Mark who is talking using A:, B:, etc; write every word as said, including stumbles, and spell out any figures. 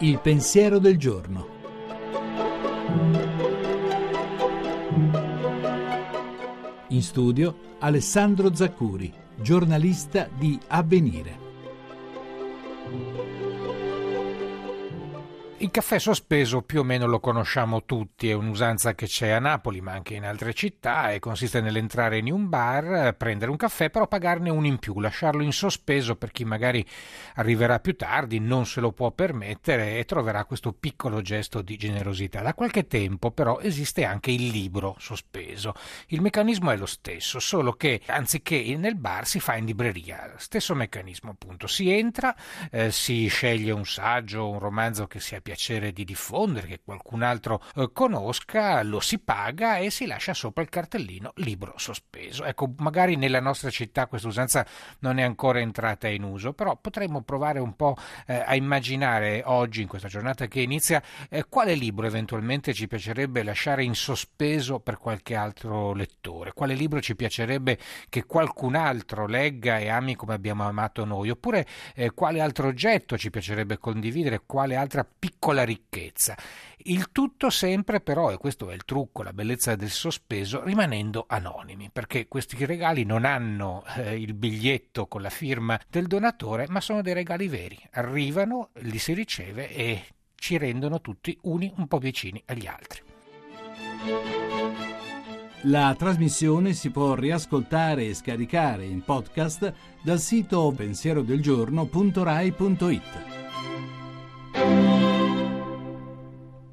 A: Il pensiero del giorno. In studio Alessandro Zaccuri, giornalista di Avvenire.
B: Il caffè sospeso più o meno lo conosciamo tutti, è un'usanza che c'è a Napoli ma anche in altre città e consiste nell'entrare in un bar, prendere un caffè però pagarne uno in più, lasciarlo in sospeso per chi magari arriverà più tardi, non se lo può permettere e troverà questo piccolo gesto di generosità. Da qualche tempo però esiste anche il libro sospeso. Il meccanismo è lo stesso, solo che anziché nel bar si fa in libreria. Stesso meccanismo appunto, si entra, eh, si sceglie un saggio, un romanzo che sia piacere di diffondere, che qualcun altro eh, conosca, lo si paga e si lascia sopra il cartellino libro sospeso. Ecco, magari nella nostra città questa usanza non è ancora entrata in uso, però potremmo provare un po' eh, a immaginare oggi, in questa giornata che inizia, eh, quale libro eventualmente ci piacerebbe lasciare in sospeso per qualche altro lettore, quale libro ci piacerebbe che qualcun altro legga e ami come abbiamo amato noi, oppure eh, quale altro oggetto ci piacerebbe condividere, quale altra piccola ricchezza. Il tutto sempre però, e questo è il trucco, la bellezza del sospeso, rimanendo anonimi, perché questi regali non hanno eh, il biglietto con la firma del donatore, ma sono dei regali veri. Arrivano, li si riceve e ci rendono tutti uni un po' vicini agli altri.
A: La trasmissione si può riascoltare e scaricare in podcast dal sito pensierodelgiorno punto rai punto it.